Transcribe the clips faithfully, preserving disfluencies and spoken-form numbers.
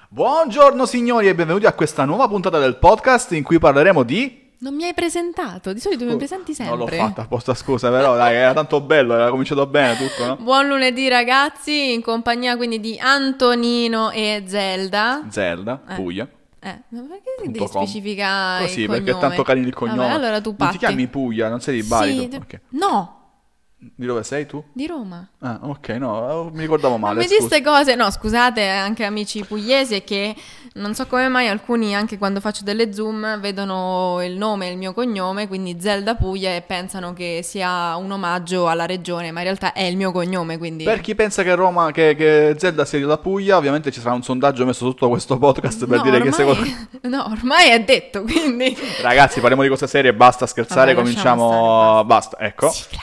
Buongiorno signori e benvenuti a questa nuova puntata del podcast in cui parleremo di... Non mi hai presentato, di solito mi presenti sempre. Non l'ho fatta apposta, scusa, però dai, era tanto bello, era cominciato bene tutto, no? Buon lunedì ragazzi, in compagnia quindi di Antonino e Zelda. Zelda, Eh. Puglia. Eh, ma perché Punto devi com. specificare Così, il perché cognome? è tanto carino il cognome. Vabbè, allora tu Non patti. ti chiami Puglia, non sei di Bari Sì, tu? d- Ok. No, Di dove sei tu? di Roma. Ah, ok, no, mi ricordavo Ma male, mi scusa. queste cose, no scusate anche amici pugliesi, è che non so come mai alcuni anche quando faccio delle zoom vedono il nome e il mio cognome, quindi Zelda Puglia, e pensano che sia un omaggio alla regione, ma in realtà è il mio cognome, quindi... Per chi pensa che Roma, che, che Zelda sia della Puglia, ovviamente ci sarà un sondaggio messo sotto questo podcast per No, dire che ormai- secondo... No, ormai è detto, quindi... Ragazzi, parliamo di cose serie, basta scherzare, Vabbè, lasciamo cominciamo... stare, basta, ecco. Sigla.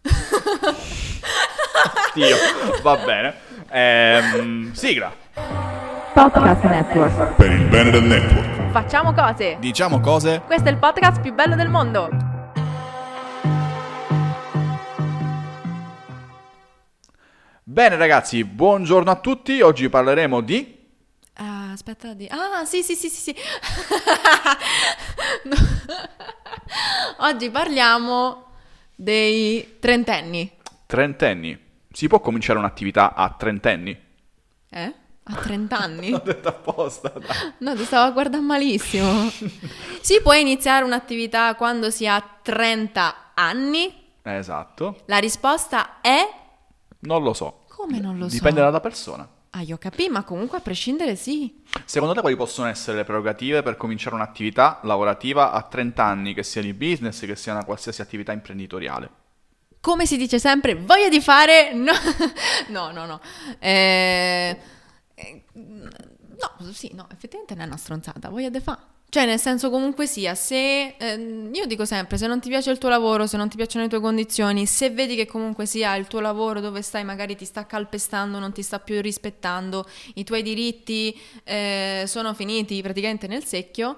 Dio, va bene. Ehm, sigla. Podcast Network. Per il bene del network. Facciamo cose. Diciamo cose. Questo è il podcast più bello del mondo. Bene ragazzi, buongiorno a tutti. Oggi parleremo di... Ah, aspetta di... Ah, sì, sì, sì, sì, sì. No. Oggi parliamo dei trentenni. trentenni. Si può cominciare un'attività a trentenni? Eh? A trent'anni? L'ho detto apposta, dai. No, ti stavo a guardare malissimo. Si può iniziare un'attività quando si ha trenta anni? Esatto. La risposta è... Non lo so. Come non lo so? Dipende dalla persona. Ah, io capì, ma comunque a prescindere sì. Secondo te quali possono essere le prerogative per cominciare un'attività lavorativa a trenta anni, che sia di business, che sia una qualsiasi attività imprenditoriale? Come si dice sempre, voglia di fare... No, no, no. no. Eh... eh, No, sì, no, effettivamente non è una stronzata, voglia di fa. Cioè, nel senso, comunque sia, se... ehm, io dico sempre, se non ti piace il tuo lavoro, se non ti piacciono le tue condizioni, se vedi che comunque sia il tuo lavoro dove stai magari ti sta calpestando, non ti sta più rispettando, i tuoi diritti eh, sono finiti praticamente nel secchio,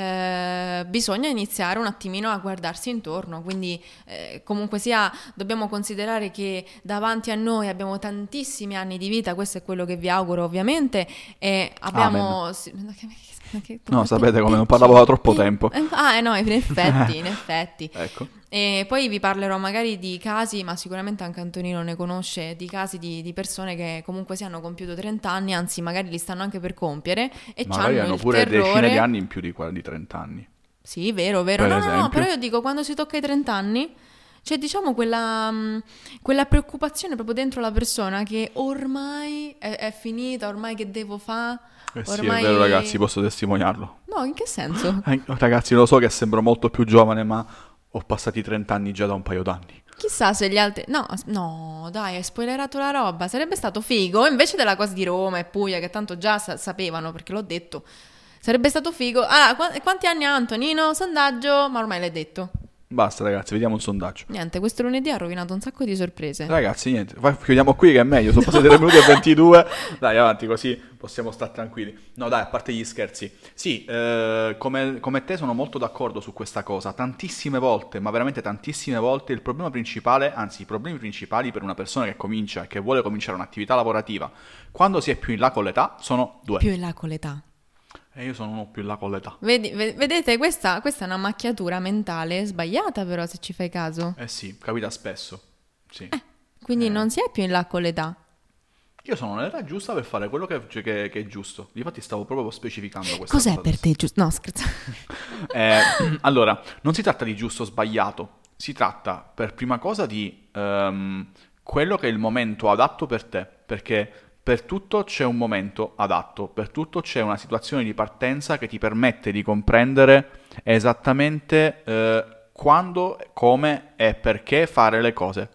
eh, bisogna iniziare un attimino a guardarsi intorno. Quindi, eh, comunque sia, dobbiamo considerare che davanti a noi abbiamo tantissimi anni di vita, questo è quello che vi auguro ovviamente, e abbiamo... sì, che- No, sapete come non parlavo da troppo tempo. Eh, Ah, eh, no, in effetti, in effetti. Ecco. E poi vi parlerò magari di casi, ma sicuramente anche Antonino ne conosce, di casi di, di persone che comunque si hanno compiuto trenta anni, anzi magari li stanno anche per compiere e Magari c'hanno hanno il pure terrore. decine di anni in più di quelli di trenta anni. Sì, vero, vero. Per No, no, no, esempio. però io dico quando si tocca i trenta anni, c'è diciamo quella, mh, quella preoccupazione proprio dentro la persona che ormai è, è finita, ormai che devo fare? Eh sì, Ormai... è vero ragazzi, posso testimoniarlo. No, in che senso? Eh, ragazzi, lo so che sembro molto più giovane, ma ho passati trenta anni già da un paio d'anni. Chissà se gli altri... No, as- no, dai, hai spoilerato la roba. Sarebbe stato figo, invece della cosa di Roma e Puglia, che tanto già sa- sapevano, perché l'ho detto. Sarebbe stato figo. Allora, qua- quanti anni ha Antonino? Sondaggio, ma ormai l'hai detto. Basta ragazzi, vediamo un sondaggio. Niente, questo lunedì ha rovinato un sacco di sorprese. Ragazzi, niente, fa- chiudiamo qui che è meglio, sono passati tre minuti e ventidue. Dai, avanti, così possiamo stare tranquilli. No, dai, a parte gli scherzi. Sì, eh, come, come te sono molto d'accordo su questa cosa. Tantissime volte, ma veramente tantissime volte, il problema principale, anzi i problemi principali per una persona che comincia e che vuole cominciare un'attività lavorativa, quando si è più in là con l'età, sono due. Più in là con l'età. E io sono uno più in là con l'età. Vedi, ve- vedete, questa, questa è una macchiatura mentale sbagliata, però, se ci fai caso. Eh sì, capita spesso. Sì. Quindi Eh. non si è più in là con l'età. Io sono nell'età giusta per fare quello che, che- che è giusto. Difatti stavo proprio specificando questa Cos'è cosa per adesso. te giusto? No, scherzo. Eh, allora, non si tratta di giusto o sbagliato, si tratta per prima cosa di ehm, quello che è il momento adatto per te, perché per tutto c'è un momento adatto, per tutto c'è una situazione di partenza che ti permette di comprendere esattamente eh, quando, come e perché fare le cose.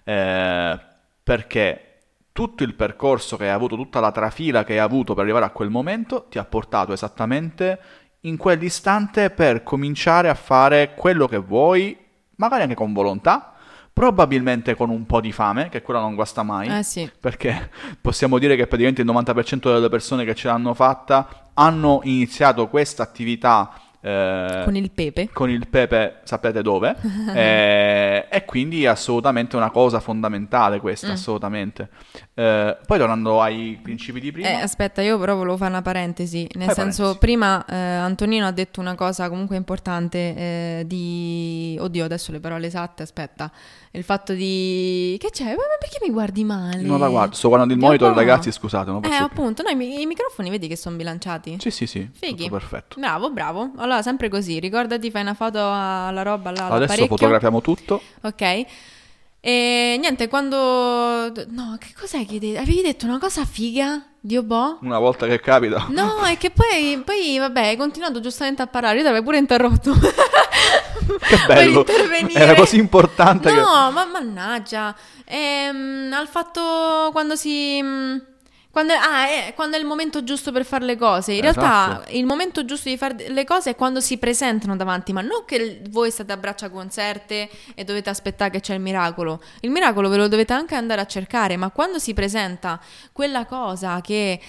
Eh, perché tutto il percorso che hai avuto, tutta la trafila che hai avuto per arrivare a quel momento ti ha portato esattamente in quell'istante per cominciare a fare quello che vuoi, magari anche con volontà, probabilmente con un po' di fame, che quella non guasta mai, Eh sì. perché possiamo dire che praticamente il novanta per cento delle persone che ce l'hanno fatta hanno iniziato questa attività eh, Con il pepe. con il pepe sapete dove, eh, e quindi è assolutamente una cosa fondamentale questa, Mm. assolutamente. Eh, poi tornando ai principi di prima, Eh, aspetta, io però volevo fare una parentesi, nel Fai senso, parentesi. prima eh, Antonino ha detto una cosa comunque importante eh, di... Oddio, adesso le parole esatte, aspetta. Il fatto di... Che c'è? Ma ma perché mi guardi male? non la guardo, sto guardando il Dio monitor, boh. ragazzi, scusate, non Eh, posso più. appunto, no, i, mi- i microfoni vedi che sono bilanciati? Sì, sì, sì, Fighi. tutto perfetto. Bravo, bravo. Allora, sempre così, ricordati, fai una foto alla roba là, all'apparecchio. Adesso fotografiamo tutto. Ok. E niente, quando... No, che cos'è che de- avevi detto una cosa figa? Dio boh? Una volta che capita. No, è che poi, poi vabbè, hai continuato giustamente a parlare, io ti avevo pure interrotto. Che Per bello. intervenire. Era così importante che... No, ma mannaggia. Ehm, al fatto quando si... mm, Quando, ah, è, quando è il momento giusto per fare le cose. In realtà Esatto. il momento giusto di fare le cose è quando si presentano davanti, ma non che il- voi state a braccia concerte e dovete aspettare che c'è il miracolo. Il miracolo ve lo dovete anche andare a cercare, ma quando si presenta quella cosa che...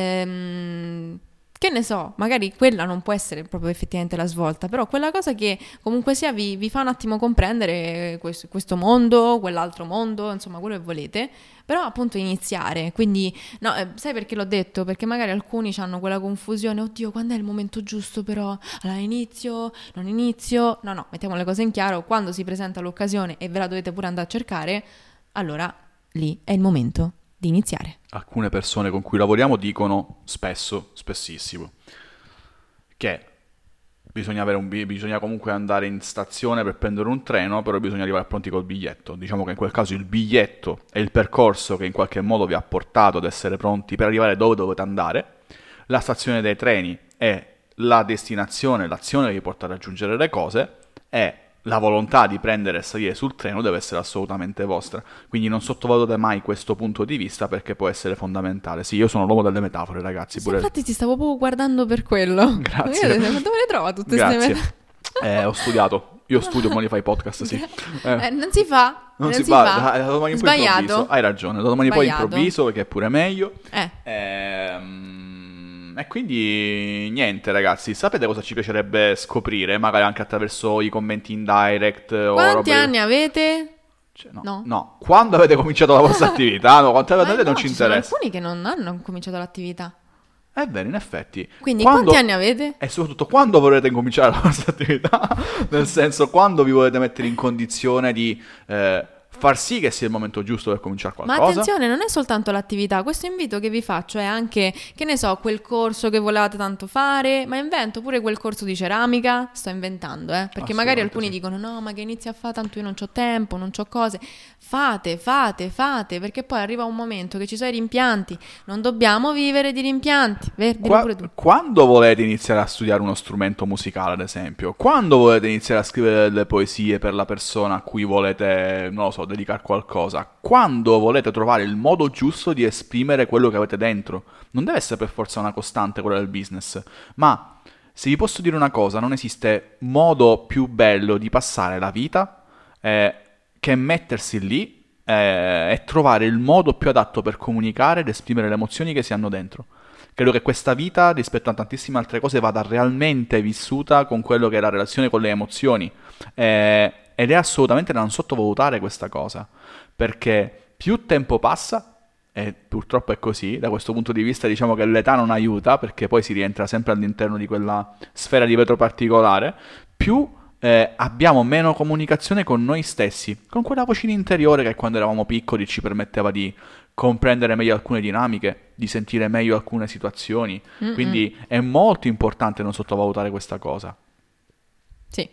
ehm, che ne so, magari quella non può essere proprio effettivamente la svolta, però quella cosa che comunque sia vi, vi fa un attimo comprendere questo, questo mondo, quell'altro mondo, insomma quello che volete, però appunto iniziare. Quindi, no, eh, sai perché l'ho detto? Perché magari alcuni hanno quella confusione, oddio, quando è il momento giusto però? Allora inizio, non inizio? No, no, mettiamo le cose in chiaro, quando si presenta l'occasione e ve la dovete pure andare a cercare, allora lì è il momento di iniziare. Alcune persone con cui lavoriamo dicono spesso, spessissimo, che bisogna avere un bi- bisogna comunque andare in stazione per prendere un treno, però bisogna arrivare pronti col biglietto. Diciamo che in quel caso il biglietto è il percorso che in qualche modo vi ha portato ad essere pronti per arrivare dove dovete andare. La stazione dei treni è la destinazione, l'azione che vi porta a raggiungere le cose, e la volontà di prendere e salire sul treno deve essere assolutamente vostra. Quindi non sottovalutate mai questo punto di vista, perché può essere fondamentale. Sì, io sono l'uomo delle metafore, ragazzi. Sì, Pure... infatti ti stavo proprio guardando per quello. Grazie. Io ho detto, ma dove le trova tutte queste Grazie. metafore? Eh, ho studiato. Io studio, ma li fai podcast, sì. Eh, Eh, non si fa. non si fa. Da, da domani in poi Sbagliato. improvviso. Hai ragione, da domani poi Sbagliato. improvviso, perché è pure meglio. Eh. Ehm, E quindi niente, ragazzi, sapete cosa ci piacerebbe scoprire? Magari anche attraverso i commenti in direct o Quanti robe- anni avete? Cioè, no, No. no. Quando avete cominciato la vostra attività? No, quanto Ma avete non no, ci ci sono interessa. alcuni che non hanno cominciato l'attività. È vero, in effetti. Quindi Quando- quanti anni avete? E soprattutto quando vorrete incominciare la vostra attività? Nel senso, quando vi volete mettere in condizione di eh, far sì che sia il momento giusto per cominciare Ma qualcosa? attenzione, non è soltanto l'attività, questo invito che vi faccio è anche, che ne so, quel corso che volevate tanto fare, ma invento pure quel corso di ceramica, sto inventando, eh, perché magari Assolutamente alcuni sì. dicono no, ma che inizia a fare tanto io non c'ho tempo, non c'ho cose, fate, fate, fate, perché poi arriva un momento che ci sono i rimpianti, non dobbiamo vivere di rimpianti, vero? Dillo Qua- pure tu. quando volete iniziare a studiare uno strumento musicale, ad esempio? Quando volete iniziare a scrivere delle poesie per la persona a cui volete, non lo so, dedicare qualcosa? Quando volete trovare il modo giusto di esprimere quello che avete dentro? Non deve essere per forza una costante quella del business, ma se vi posso dire una cosa, non esiste modo più bello di passare la vita eh, che mettersi lì eh, e trovare il modo più adatto per comunicare ed esprimere le emozioni che si hanno dentro. Credo che questa vita, rispetto a tantissime altre cose, vada realmente vissuta con quello che è la relazione con le emozioni. Eh, ed è assolutamente da non sottovalutare questa cosa, perché più tempo passa, e purtroppo è così, da questo punto di vista diciamo che l'età non aiuta, perché poi si rientra sempre all'interno di quella sfera di vetro particolare, più eh, abbiamo meno comunicazione con noi stessi, con quella vocina interiore che quando eravamo piccoli ci permetteva di comprendere meglio alcune dinamiche, di sentire meglio alcune situazioni. Mm-mm. Quindi è molto importante non sottovalutare questa cosa. Sì.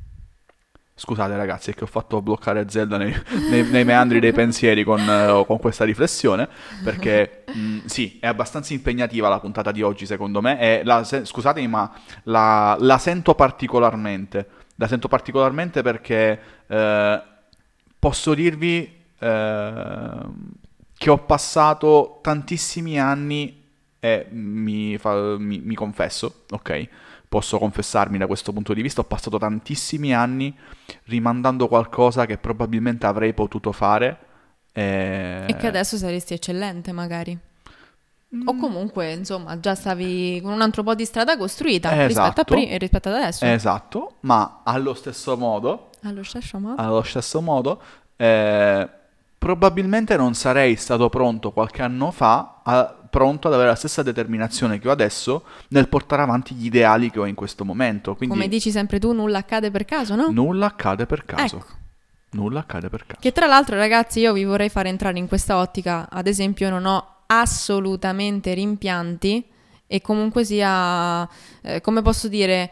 Scusate ragazzi, è che ho fatto bloccare Zelda nei, nei- nei meandri dei pensieri con, eh, con questa riflessione, perché mh, sì, è abbastanza impegnativa la puntata di oggi secondo me, e la se- scusatemi ma la, la sento particolarmente, la sento particolarmente perché eh, posso dirvi eh, che ho passato tantissimi anni, e mi, fa- mi- mi confesso, ok? Posso confessarmi da questo punto di vista, ho passato tantissimi anni rimandando qualcosa che probabilmente avrei potuto fare. E, E che adesso saresti eccellente magari. O comunque, insomma, già stavi con un altro po' di strada costruita Esatto. rispetto a prima e rispetto ad adesso. Esatto, ma allo stesso modo, Allo stesso modo. allo stesso modo, eh, probabilmente non sarei stato pronto qualche anno fa, a- pronto ad avere la stessa determinazione che ho adesso nel portare avanti gli ideali che ho in questo momento. Quindi Come dici sempre tu, nulla accade per caso, no? nulla accade per caso. Ecco. Nulla accade per caso. Che tra l'altro, ragazzi, io vi vorrei fare entrare in questa ottica. Ad esempio, io non ho assolutamente rimpianti e comunque sia, eh, come posso dire,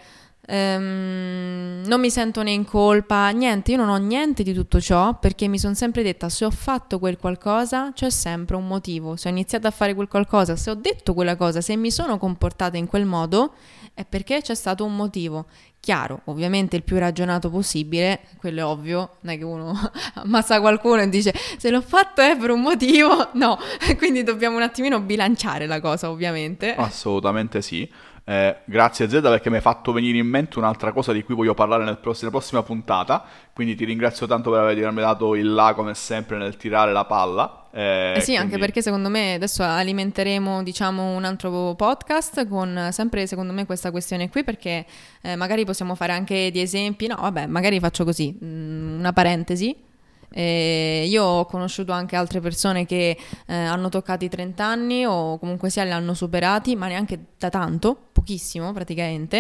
ehm, non mi sento né in colpa, niente, io non ho niente di tutto ciò perché mi sono sempre detta se ho fatto quel qualcosa c'è sempre un motivo, se ho iniziato a fare quel qualcosa, se ho detto quella cosa, se mi sono comportata in quel modo è perché c'è stato un motivo. Chiaro, ovviamente il più ragionato possibile, quello è ovvio, non è che uno ammazza qualcuno e dice se l'ho fatto è per un motivo, no, quindi dobbiamo un attimino bilanciare la cosa ovviamente. Assolutamente sì. Eh, grazie Zedda perché mi hai fatto venire in mente un'altra cosa di cui voglio parlare nel pross- nella prossima puntata, quindi ti ringrazio tanto per avermi dato il là come sempre nel tirare la palla. Eh, Eh sì, anche quindi- perché secondo me adesso alimenteremo, diciamo, un altro podcast con sempre, secondo me, questa questione qui, perché eh, magari possiamo fare anche di esempi. No, vabbè, magari faccio così, mm, una parentesi. Eh, io ho conosciuto anche altre persone che eh, hanno toccato i trenta anni o comunque sia li hanno superati, ma neanche da tanto, pochissimo praticamente.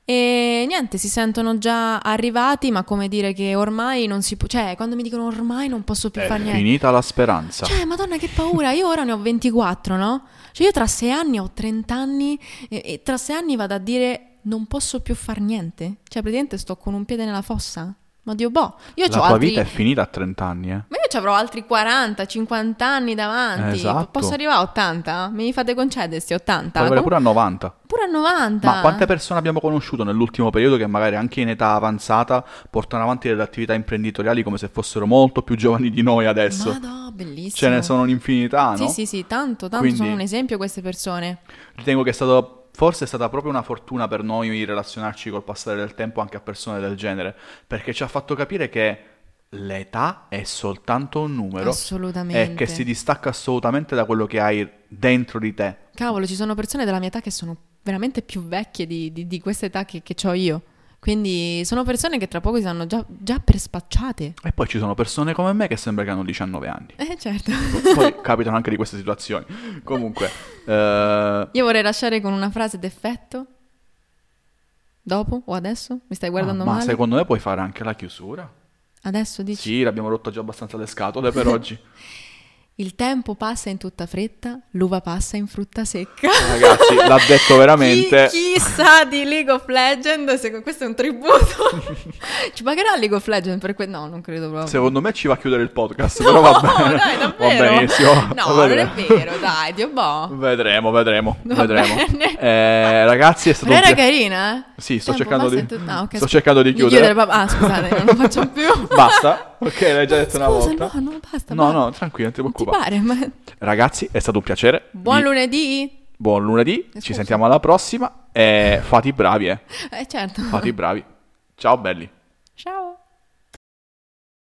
E niente, si sentono già arrivati, ma come dire che ormai non si può, cioè quando mi dicono ormai non posso più È fare niente. finita la speranza. Cioè, madonna, che paura. Io ora ne ho ventiquattro, no? Cioè, io tra sei anni ho trenta anni e, e tra sei anni vado a dire non posso più far niente. Cioè, praticamente sto con un piede nella fossa. Ma Dio boh. Io La ho tua altri... vita è finita a trenta anni, eh? Ma io ci avrò altri quaranta, cinquanta anni davanti. Esatto. Posso arrivare a ottanta? Mi fate concedere sti ottanta? Puoi arrivare pure a novanta. Pure a novanta. Ma quante persone abbiamo conosciuto nell'ultimo periodo che magari anche in età avanzata portano avanti delle attività imprenditoriali come se fossero molto più giovani di noi adesso? Madò, bellissimo. Ce ne sono un'infinità, no? Sì, sì, sì, tanto, tanto Quindi- sono un esempio queste persone. Ritengo che è stato, forse è stata proprio una fortuna per noi relazionarci col passare del tempo anche a persone del genere, perché ci ha fatto capire che l'età è soltanto un numero Assolutamente. e che si distacca assolutamente da quello che hai dentro di te. Cavolo, ci sono persone della mia età che sono veramente più vecchie di, di, di questa età che, che ho io. Quindi sono persone che tra poco si danno già, già per spacciate. E poi ci sono persone come me che sembra che hanno diciannove anni. Eh, certo. Poi capitano anche di queste situazioni. Comunque, eh, Io vorrei lasciare con una frase d'effetto. Dopo o adesso? Mi stai guardando ah, ma male? secondo me puoi fare anche la chiusura? Adesso dici? Sì, l'abbiamo rotto già abbastanza le scatole per oggi. Il tempo passa in tutta fretta, l'uva passa in frutta secca. Ragazzi, l'ha detto veramente. Chi, chi sa di League of Legends? Se- questo è un tributo. Ci pagherà League of Legends per questo? No, non credo proprio. Secondo me ci va a chiudere il podcast, No, però va bene. dai, davvero? Va benissimo. No, Va non è bene. vero, dai, Dio boh. Vedremo, vedremo, Va vedremo. bene. Eh, ragazzi, è stato Non un era pia- carina, eh? Sì, sto Tempo cercando passa di in tut- ah, ok, sto scusa. cercando di Di chiudere. proprio- Ah, scusate, non lo faccio più. Basta? Ok, l'hai già detto una Scusa, volta. no, no, basta. No, basta. no, tranquillo, non ti Non ti preoccupare. pare? Ma... Ragazzi, è stato un piacere. Buon Vi- lunedì? Buon lunedì, ci Scusa. sentiamo alla prossima e fate i bravi, eh. Eh, certo. Fate i bravi. Ciao belli.